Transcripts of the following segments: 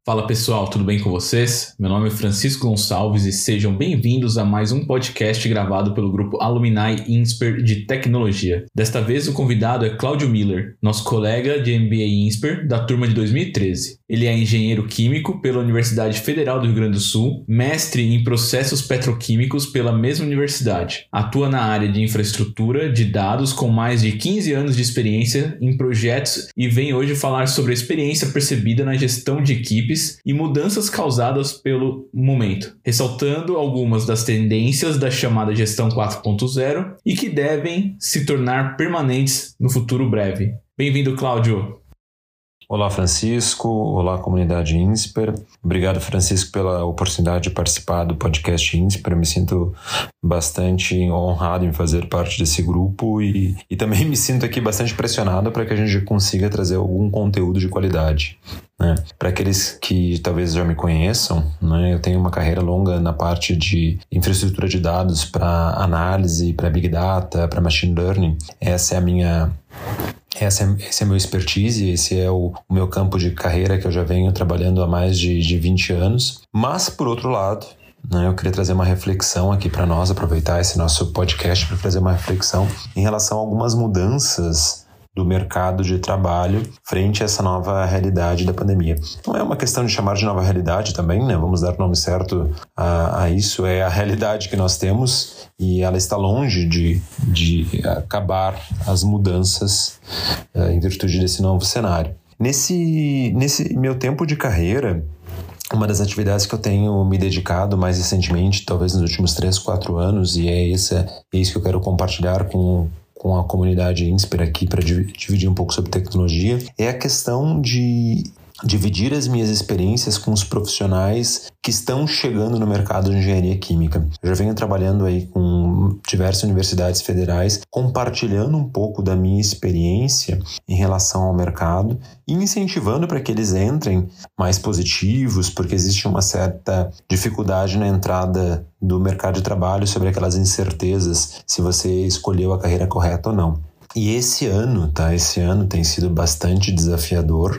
Fala pessoal, tudo bem com vocês? Meu nome é Francisco Gonçalves e sejam bem-vindos a mais um podcast gravado pelo grupo Alumni Insper de Tecnologia. Desta vez o convidado é Cláudio Miller, nosso colega de MBA Insper da turma de 2013. Ele é engenheiro químico pela Universidade Federal do Rio Grande do Sul, mestre em processos petroquímicos pela mesma universidade. Atua na área de infraestrutura de dados com mais de 15 anos de experiência em projetos e vem hoje falar sobre a experiência percebida na gestão de equipes e mudanças causadas pelo momento, ressaltando algumas das tendências da chamada gestão 4.0 e que devem se tornar permanentes no futuro breve. Bem-vindo, Cláudio! Olá, Francisco. Olá, comunidade Insper. Obrigado, Francisco, pela oportunidade de participar do podcast Insper. Eu me sinto bastante honrado em fazer parte desse grupo e também me sinto aqui bastante pressionado para que a gente consiga trazer algum conteúdo de qualidade. Para aqueles que talvez já me conheçam, eu tenho uma carreira longa na parte de infraestrutura de dados para análise, para Big Data, para Machine Learning. Esse é meu expertise, esse é o meu campo de carreira que eu já venho trabalhando há mais de 20 anos. Mas, por outro lado, eu queria trazer uma reflexão aqui para nós, aproveitar esse nosso podcast para trazer uma reflexão em relação a algumas mudanças do mercado de trabalho frente a essa nova realidade da pandemia. Não é uma questão de chamar de nova realidade também, vamos dar o nome certo a isso, é a realidade que nós temos e ela está longe de acabar as mudanças em virtude desse novo cenário. Nesse meu tempo de carreira, uma das atividades que eu tenho me dedicado mais recentemente, talvez nos últimos 3, 4 anos, e é isso que eu quero compartilhar com a comunidade Insper aqui para dividir um pouco sobre tecnologia, é a questão de dividir as minhas experiências com os profissionais que estão chegando no mercado de engenharia química. Eu já venho trabalhando aí com diversas universidades federais, compartilhando um pouco da minha experiência em relação ao mercado e incentivando para que eles entrem mais positivos, porque existe uma certa dificuldade na entrada do mercado de trabalho sobre aquelas incertezas se você escolheu a carreira correta ou não. E esse ano tem sido bastante desafiador,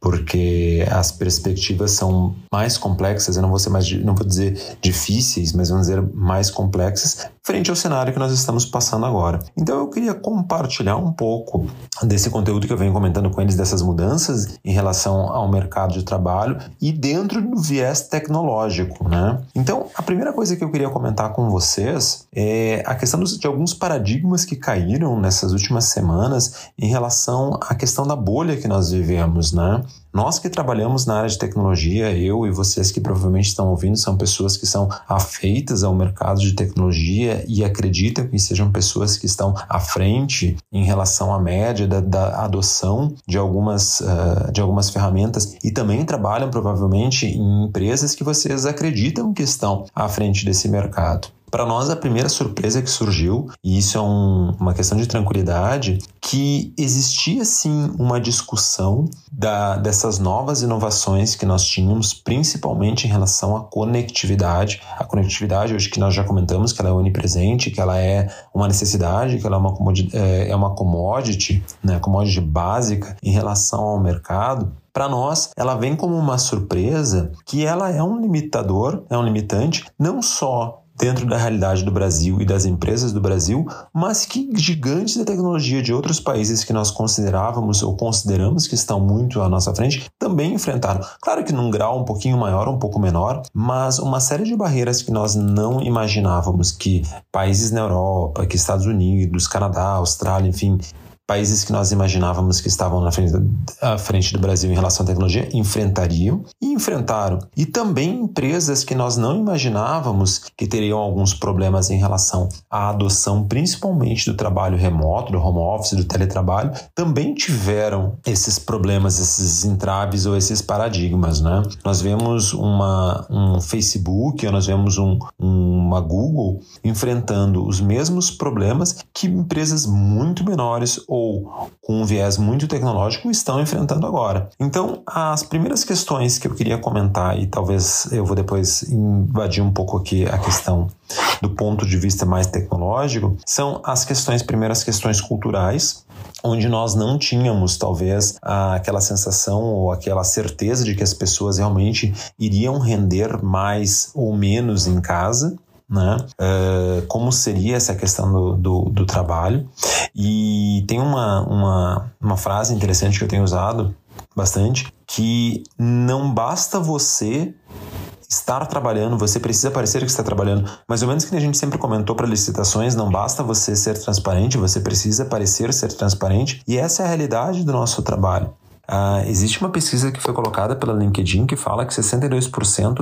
porque as perspectivas são mais complexas, eu não vou dizer difíceis, mas vamos dizer mais complexas, frente ao cenário que nós estamos passando agora. Então eu queria compartilhar um pouco desse conteúdo que eu venho comentando com eles, dessas mudanças em relação ao mercado de trabalho e dentro do viés tecnológico, Então, a primeira coisa que eu queria comentar com vocês é a questão de alguns paradigmas que caíram nessas últimas semanas em relação à questão da bolha que nós vivemos, Nós que trabalhamos na área de tecnologia, eu e vocês que provavelmente estão ouvindo, são pessoas que são afeitas ao mercado de tecnologia e acreditam que sejam pessoas que estão à frente em relação à média da adoção de algumas ferramentas e também trabalham provavelmente em empresas que vocês acreditam que estão à frente desse mercado. Para nós, a primeira surpresa que surgiu, e isso é uma questão de tranquilidade, que existia sim uma discussão dessas novas inovações que nós tínhamos, principalmente em relação à conectividade. A conectividade, hoje que nós já comentamos, que ela é onipresente, que ela é uma necessidade, que ela é uma commodity, commodity básica em relação ao mercado. Para nós, ela vem como uma surpresa que ela é um limitante, não só dentro da realidade do Brasil e das empresas do Brasil, mas que gigantes da tecnologia de outros países que nós considerávamos ou consideramos que estão muito à nossa frente, também enfrentaram. Claro que num grau um pouquinho maior, um pouco menor, mas uma série de barreiras que nós não imaginávamos que países na Europa, que Estados Unidos, Canadá, Austrália, enfim, países que nós imaginávamos que estavam à frente do Brasil em relação à tecnologia, enfrentariam e enfrentaram. E também empresas que nós não imaginávamos que teriam alguns problemas em relação à adoção, principalmente do trabalho remoto, do home office, do teletrabalho, também tiveram esses problemas, esses entraves ou esses paradigmas, Nós vemos um Facebook, ou nós vemos uma Google enfrentando os mesmos problemas que empresas muito menores ou com um viés muito tecnológico estão enfrentando agora. Então, as primeiras questões que eu queria comentar, e talvez eu vou depois invadir um pouco aqui a questão do ponto de vista mais tecnológico, são as primeiras questões culturais, onde nós não tínhamos, talvez, aquela sensação ou aquela certeza de que as pessoas realmente iriam render mais ou menos em casa, né? Como seria essa questão do trabalho. E tem uma frase interessante que eu tenho usado bastante, que não basta você estar trabalhando, você precisa parecer que está trabalhando. Mais ou menos que a gente sempre comentou para licitações, não basta você ser transparente, você precisa parecer ser transparente, e essa é a realidade do nosso trabalho. Existe uma pesquisa que foi colocada pela LinkedIn que fala que 62%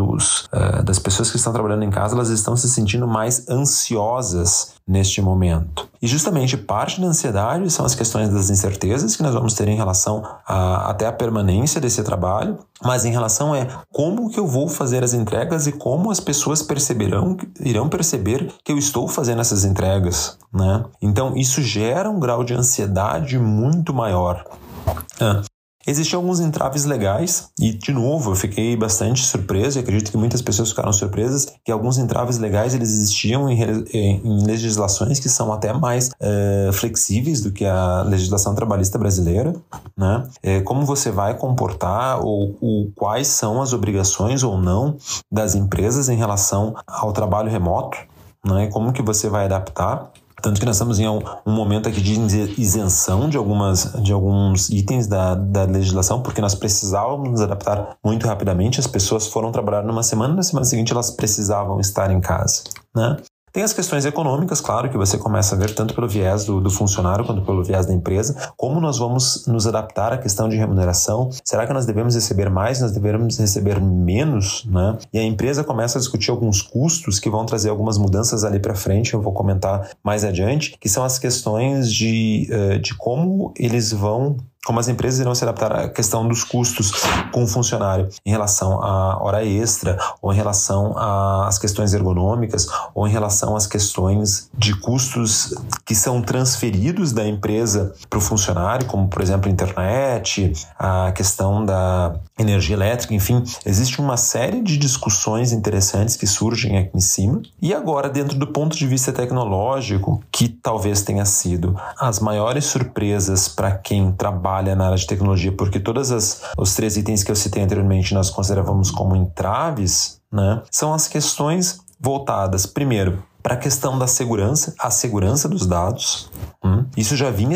das pessoas que estão trabalhando em casa, elas estão se sentindo mais ansiosas neste momento. E justamente parte da ansiedade são as questões das incertezas que nós vamos ter em relação até a permanência desse trabalho, mas em relação como que eu vou fazer as entregas e como as pessoas irão perceber que eu estou fazendo essas entregas, né? Então isso gera um grau de ansiedade muito maior. Existiam alguns entraves legais e, de novo, eu fiquei bastante surpreso e acredito que muitas pessoas ficaram surpresas que alguns entraves legais eles existiam em legislações que são até mais flexíveis do que a legislação trabalhista brasileira, né? Como você vai comportar ou quais são as obrigações ou não das empresas em relação ao trabalho remoto, né? Como que você vai adaptar. Tanto que nós estamos em um momento aqui de isenção de alguns itens da legislação, porque nós precisávamos nos adaptar muito rapidamente. As pessoas foram trabalhar numa semana, na semana seguinte elas precisavam estar em casa, né? Tem as questões econômicas, claro, que você começa a ver tanto pelo viés do funcionário quanto pelo viés da empresa. Como nós vamos nos adaptar à questão de remuneração? Será que nós devemos receber mais? Nós devemos receber menos, né? E a empresa começa a discutir alguns custos que vão trazer algumas mudanças ali para frente, eu vou comentar mais adiante, que são as questões de como as empresas irão se adaptar à questão dos custos com o funcionário em relação à hora extra, ou em relação às questões ergonômicas, ou em relação às questões de custos que são transferidos da empresa para o funcionário, como, por exemplo, a internet, a questão da energia elétrica, enfim. Existe uma série de discussões interessantes que surgem aqui em cima. E agora, dentro do ponto de vista tecnológico, que talvez tenha sido as maiores surpresas para quem trabalha na área de tecnologia, porque todos os 3 itens que eu citei anteriormente nós considerávamos como entraves, né? São as questões voltadas, primeiro, para a questão da segurança, a segurança dos dados. Isso já vinha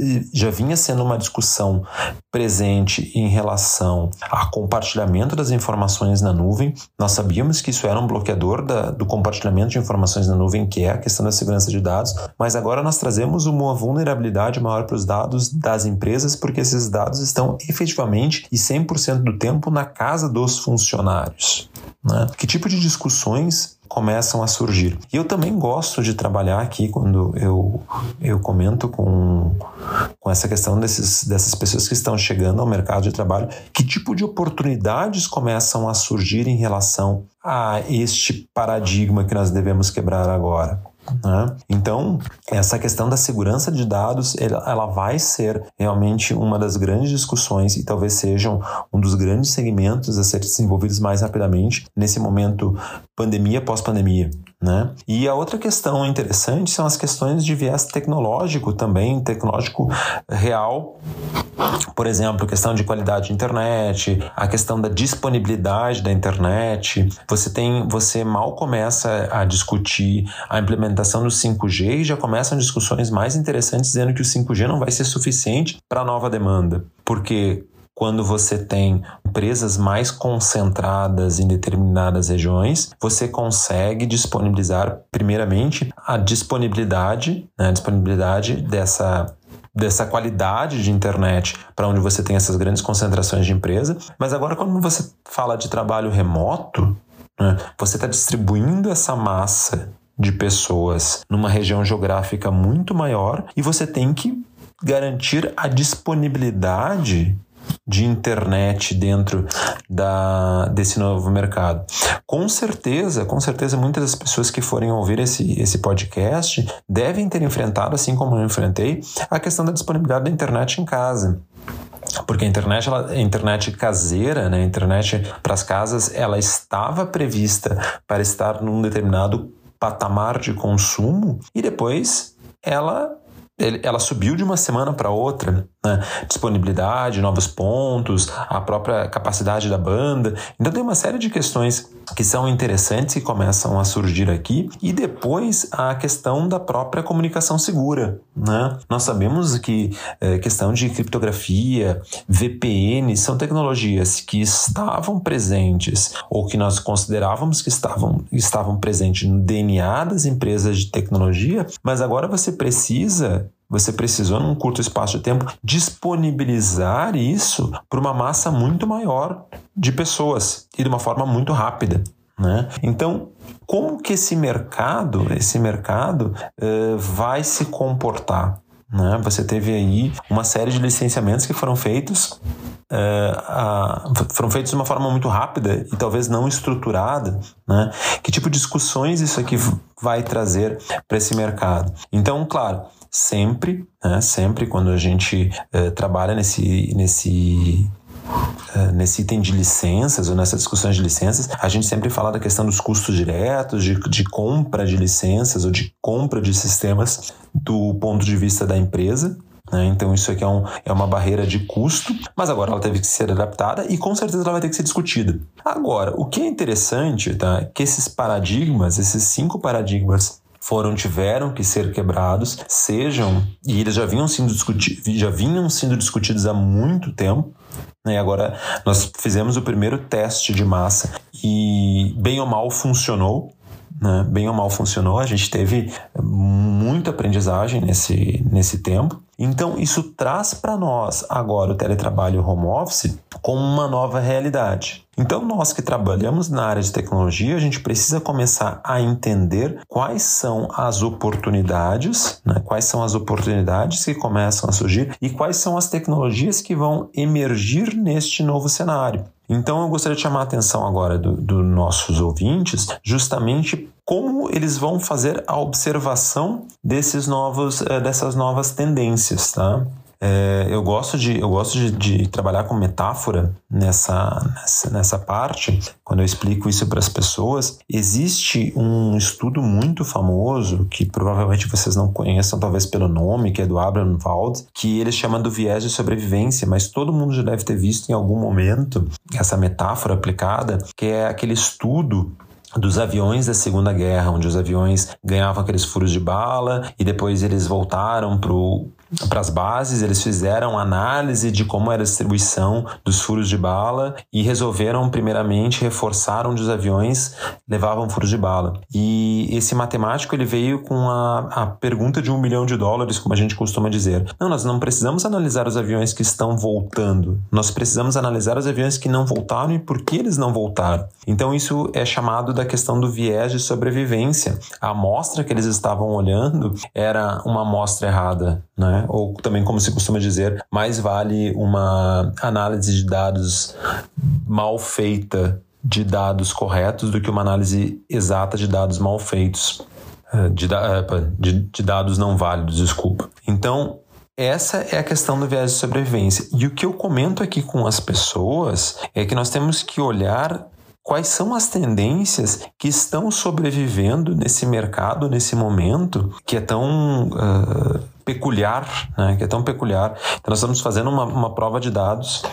sendo uma discussão presente em relação ao compartilhamento das informações na nuvem. Nós sabíamos que isso era um bloqueador do compartilhamento de informações na nuvem, que é a questão da segurança de dados, mas agora nós trazemos uma vulnerabilidade maior para os dados das empresas, porque esses dados estão efetivamente e 100% do tempo na casa dos funcionários, né? Que tipo de discussões começam a surgir? E eu também gosto de trabalhar aqui quando eu comento com essa questão dessas pessoas que estão chegando ao mercado de trabalho, que tipo de oportunidades começam a surgir em relação a este paradigma que nós devemos quebrar agora, né? Então, essa questão da segurança de dados, ela vai ser realmente uma das grandes discussões e talvez sejam um dos grandes segmentos a ser desenvolvidos mais rapidamente nesse momento pandemia, pós-pandemia, né? E a outra questão interessante são as questões de viés tecnológico também, tecnológico real. Por exemplo, a questão de qualidade de internet, a questão da disponibilidade da internet. Você mal começa a discutir a implementação do 5G e já começam discussões mais interessantes dizendo que o 5G não vai ser suficiente para a nova demanda. Porque quando você tem empresas mais concentradas em determinadas regiões, você consegue disponibilizar, primeiramente, a disponibilidade, né, a disponibilidade dessa qualidade de internet para onde você tem essas grandes concentrações de empresa. Mas agora, quando você fala de trabalho remoto, né, você está distribuindo essa massa de pessoas numa região geográfica muito maior e você tem que garantir a disponibilidade de internet dentro desse novo mercado. Com certeza, muitas das pessoas que forem ouvir esse podcast devem ter enfrentado, assim como eu enfrentei, a questão da disponibilidade da internet em casa. Porque a internet caseira, né, a internet para as casas, ela estava prevista para estar num determinado patamar de consumo e depois ela ela subiu de uma semana para outra, né? Disponibilidade, novos pontos, a própria capacidade da banda. Então tem uma série de questões que são interessantes e começam a surgir aqui. E depois a questão da própria comunicação segura, né? Nós sabemos que questão de criptografia, VPN, são tecnologias que estavam presentes ou que nós considerávamos que estavam presentes no DNA das empresas de tecnologia, mas agora você precisou, num curto espaço de tempo, disponibilizar isso para uma massa muito maior de pessoas e de uma forma muito rápida, né? Então, como que esse mercado vai se comportar, né? Você teve aí uma série de licenciamentos que foram feitos de uma forma muito rápida e talvez não estruturada, né? Que tipo de discussões isso aqui vai trazer para esse mercado? Então, claro, sempre quando a gente trabalha nesse item de licenças ou nessas discussões de licenças, a gente sempre fala da questão dos custos diretos, de compra de licenças ou de compra de sistemas do ponto de vista da empresa. Então isso aqui é uma barreira de custo, mas agora ela teve que ser adaptada e com certeza ela vai ter que ser discutida. Agora, o que é interessante, tá, é que esses 5 paradigmas tiveram que ser quebrados, e eles já vinham sendo discutidos há muito tempo, né? Agora nós fizemos o primeiro teste de massa e bem ou mal funcionou, né? Bem ou mal funcionou, a gente teve muita aprendizagem nesse tempo. Então isso traz para nós agora o teletrabalho home office como uma nova realidade. Então nós que trabalhamos na área de tecnologia, a gente precisa começar a entender quais são as oportunidades, né? Quais são as oportunidades que começam a surgir e quais são as tecnologias que vão emergir neste novo cenário. Então eu gostaria de chamar a atenção agora dos nossos ouvintes, justamente como eles vão fazer a observação dessas novas tendências, tá? Eu gosto de trabalhar com metáfora nessa parte. Quando eu explico isso para as pessoas, existe um estudo muito famoso que provavelmente vocês não conheçam, talvez pelo nome, que é do Abraham Wald, que ele chama do viés de sobrevivência, mas todo mundo já deve ter visto em algum momento essa metáfora aplicada, que é aquele estudo dos aviões da Segunda Guerra, onde os aviões ganhavam aqueles furos de bala e depois eles voltaram para as bases, eles fizeram análise de como era a distribuição dos furos de bala e resolveram primeiramente reforçar onde os aviões levavam furos de bala. E esse matemático ele veio com a pergunta de $1 milhão, como a gente costuma dizer. Não, nós não precisamos analisar os aviões que estão voltando, nós precisamos analisar os aviões que não voltaram e por que eles não voltaram. Então isso é chamado da questão do viés de sobrevivência. A amostra que eles estavam olhando era uma amostra errada, né? Ou também, como se costuma dizer, mais vale uma análise de dados mal feita de dados corretos do que uma análise exata de dados mal feitos, de dados não válidos, desculpa. Então, essa é a questão do viés de sobrevivência. E o que eu comento aqui com as pessoas é que nós temos que olhar quais são as tendências que estão sobrevivendo nesse mercado, nesse momento, que é tão peculiar, né? Que é tão peculiar. Então nós estamos fazendo uma prova de dados,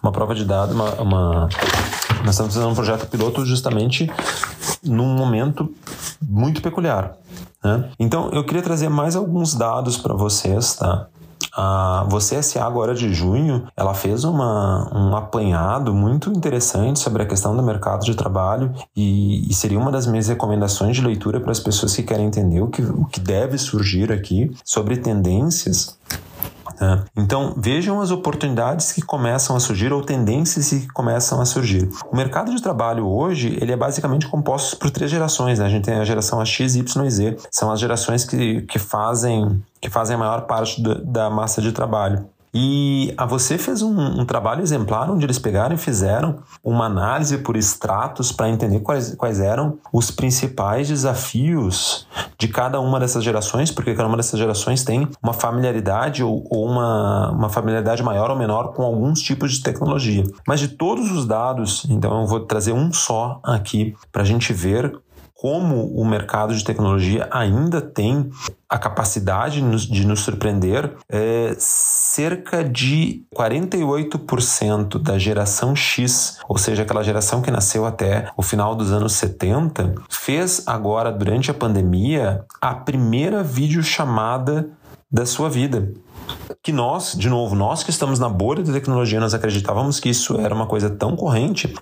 nós estamos fazendo um projeto piloto justamente num momento muito peculiar, né? Então eu queria trazer mais alguns dados para vocês, tá? A VCSA agora de junho, ela fez um apanhado muito interessante sobre a questão do mercado de trabalho e seria uma das minhas recomendações de leitura para as pessoas que querem entender o que deve surgir aqui sobre tendências. Então, vejam as oportunidades que começam a surgir ou tendências que começam a surgir. O mercado de trabalho hoje, ele é basicamente composto por 3 gerações, né? A gente tem a geração X, Y e Z. São as gerações que fazem a maior parte da massa de trabalho. E a Você fez um trabalho exemplar onde eles pegaram e fizeram uma análise por estratos para entender quais eram os principais desafios de cada uma dessas gerações, porque cada uma dessas gerações tem uma familiaridade ou uma familiaridade maior ou menor com alguns tipos de tecnologia. Mas de todos os dados, então eu vou trazer um só aqui para a gente ver como o mercado de tecnologia ainda tem a capacidade de nos surpreender. Cerca de 48% da geração X, ou seja, aquela geração que nasceu até o final dos anos 70, fez agora, durante a pandemia, a primeira videochamada da sua vida. Que nós que estamos na bolha da tecnologia, nós acreditávamos que isso era uma coisa tão corrente.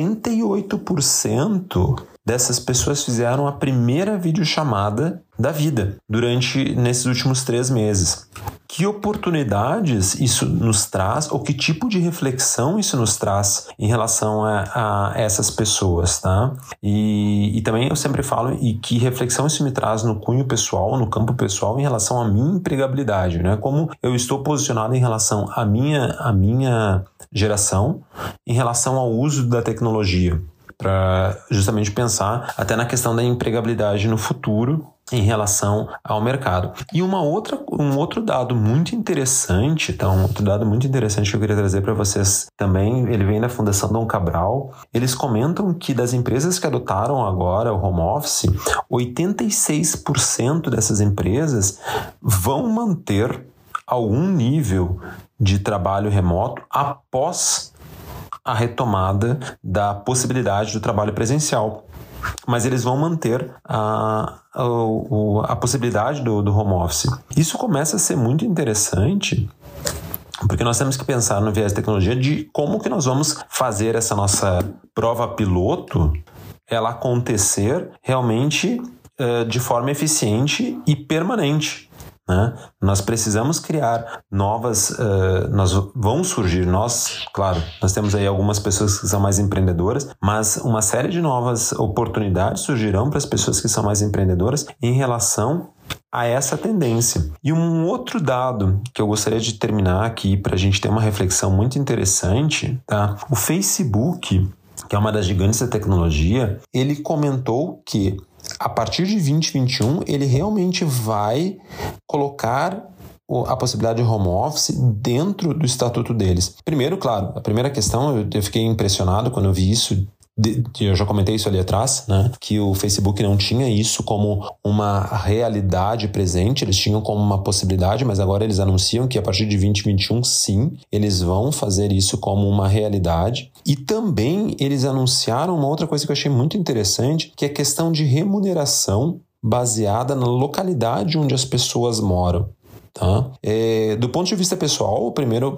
48% dessas pessoas fizeram a primeira videochamada da vida nesses últimos 3 meses. Que oportunidades isso nos traz, ou que tipo de reflexão isso nos traz em relação a essas pessoas, tá? E também eu sempre falo, e que reflexão isso me traz no cunho pessoal, no campo pessoal, em relação à minha empregabilidade, né? Como eu estou posicionado em relação à minha geração, em relação ao uso da tecnologia, para justamente pensar até na questão da empregabilidade no futuro em relação ao mercado. E um outro dado muito interessante, que eu queria trazer para vocês também, ele vem da Fundação Dom Cabral. Eles comentam que das empresas que adotaram agora o home office, 86% dessas empresas vão manter algum nível de trabalho remoto após a retomada da possibilidade do trabalho presencial. Mas eles vão manter a possibilidade do home office. Isso começa a ser muito interessante, porque nós temos que pensar no viés de tecnologia de como que nós vamos fazer essa nossa prova piloto ela acontecer realmente de forma eficiente e permanente. Né? Nós precisamos criar novas, claro, nós temos aí algumas pessoas que são mais empreendedoras, mas uma série de novas oportunidades surgirão para as pessoas que são mais empreendedoras em relação a essa tendência. E um outro dado que eu gostaria de terminar aqui para a gente ter uma reflexão muito interessante, tá? O Facebook, que é uma das gigantes da tecnologia, ele comentou que a partir de 2021, ele realmente vai colocar a possibilidade de home office dentro do estatuto deles. Primeiro, claro, a primeira questão, eu fiquei impressionado quando eu vi isso, eu já comentei isso ali atrás, né? Que o Facebook não tinha isso como uma realidade presente, eles tinham como uma possibilidade, mas agora eles anunciam que a partir de 2021, sim, eles vão fazer isso como uma realidade. E também eles anunciaram uma outra coisa que eu achei muito interessante, que é a questão de remuneração baseada na localidade onde as pessoas moram. Tá? Do ponto de vista pessoal,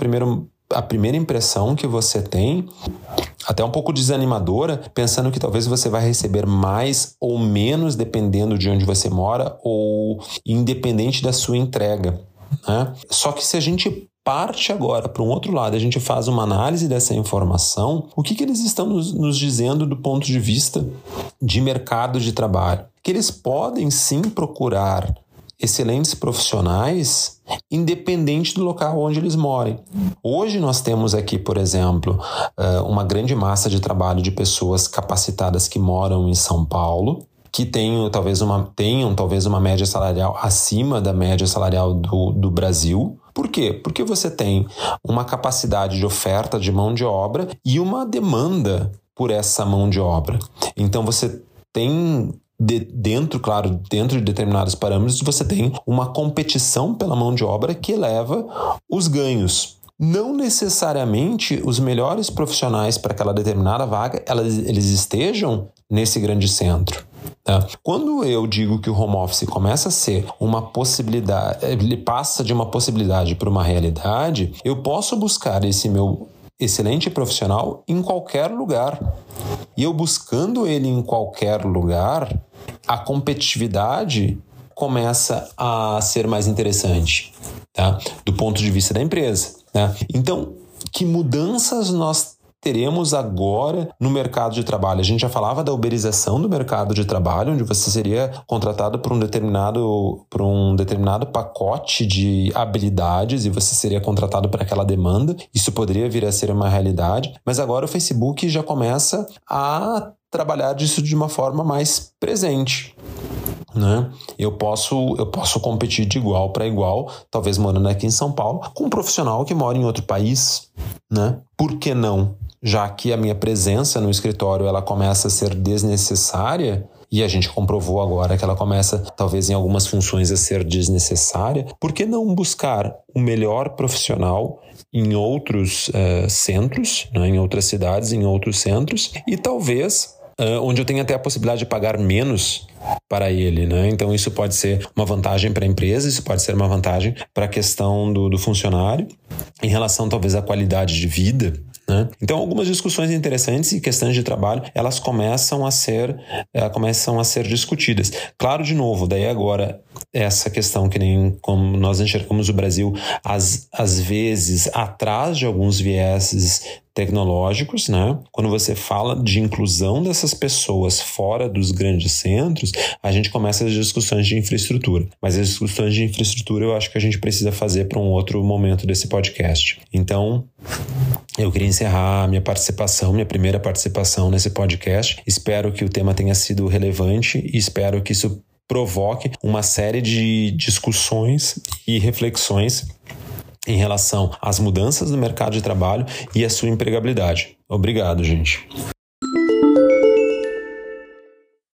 a primeira impressão que você tem, até um pouco desanimadora, pensando que talvez você vai receber mais ou menos dependendo de onde você mora ou independente da sua entrega, né? Só que se a gente parte agora para um outro lado, a gente faz uma análise dessa informação, o que eles estão nos dizendo do ponto de vista de mercado de trabalho? Que eles podem sim procurar excelentes profissionais, independente do local onde eles morem. Hoje nós temos aqui, por exemplo, uma grande massa de trabalho de pessoas capacitadas que moram em São Paulo, que tenham talvez uma média salarial acima da média salarial do Brasil. Por quê? Porque você tem uma capacidade de oferta de mão de obra e uma demanda por essa mão de obra. Então você tem dentro de determinados parâmetros, você tem uma competição pela mão de obra que eleva os ganhos. Não necessariamente os melhores profissionais para aquela determinada vaga, eles estejam nesse grande centro. Tá? Quando eu digo que o home office começa a ser uma possibilidade, ele passa de uma possibilidade para uma realidade, eu posso buscar esse meu excelente profissional em qualquer lugar. E eu buscando ele em qualquer lugar, a competitividade começa a ser mais interessante, tá? Do ponto de vista da empresa, né? Então, que mudanças nós teremos agora no mercado de trabalho? A gente já falava da uberização do mercado de trabalho, onde você seria contratado por um determinado pacote de habilidades e você seria contratado para aquela demanda. Isso poderia vir a ser uma realidade, mas agora o Facebook já começa a trabalhar disso de uma forma mais presente, né? Eu posso competir de igual para igual, talvez morando aqui em São Paulo, com um profissional que mora em outro país, né? Por que não? Já que a minha presença no escritório ela começa a ser desnecessária, e a gente comprovou agora que ela começa, talvez em algumas funções, a ser desnecessária. Por que não buscar o melhor profissional em outros centros, né, em outras cidades, em outros centros, e talvez onde eu tenho até a possibilidade de pagar menos para ele, né? Então isso pode ser uma vantagem para a empresa, isso pode ser uma vantagem para a questão do funcionário, em relação talvez à qualidade de vida, né? Então algumas discussões interessantes e questões de trabalho, elas começam a ser discutidas. Claro, de novo, daí agora essa questão que nem como nós enxergamos o Brasil, às vezes atrás de alguns vieses tecnológicos, né? Quando você fala de inclusão dessas pessoas fora dos grandes centros, a gente começa as discussões de infraestrutura. Mas as discussões de infraestrutura eu acho que a gente precisa fazer para um outro momento desse podcast. Então, eu queria encerrar minha primeira participação nesse podcast. Espero que o tema tenha sido relevante e espero que isso provoque uma série de discussões e reflexões em relação às mudanças no mercado de trabalho e à sua empregabilidade. Obrigado, gente.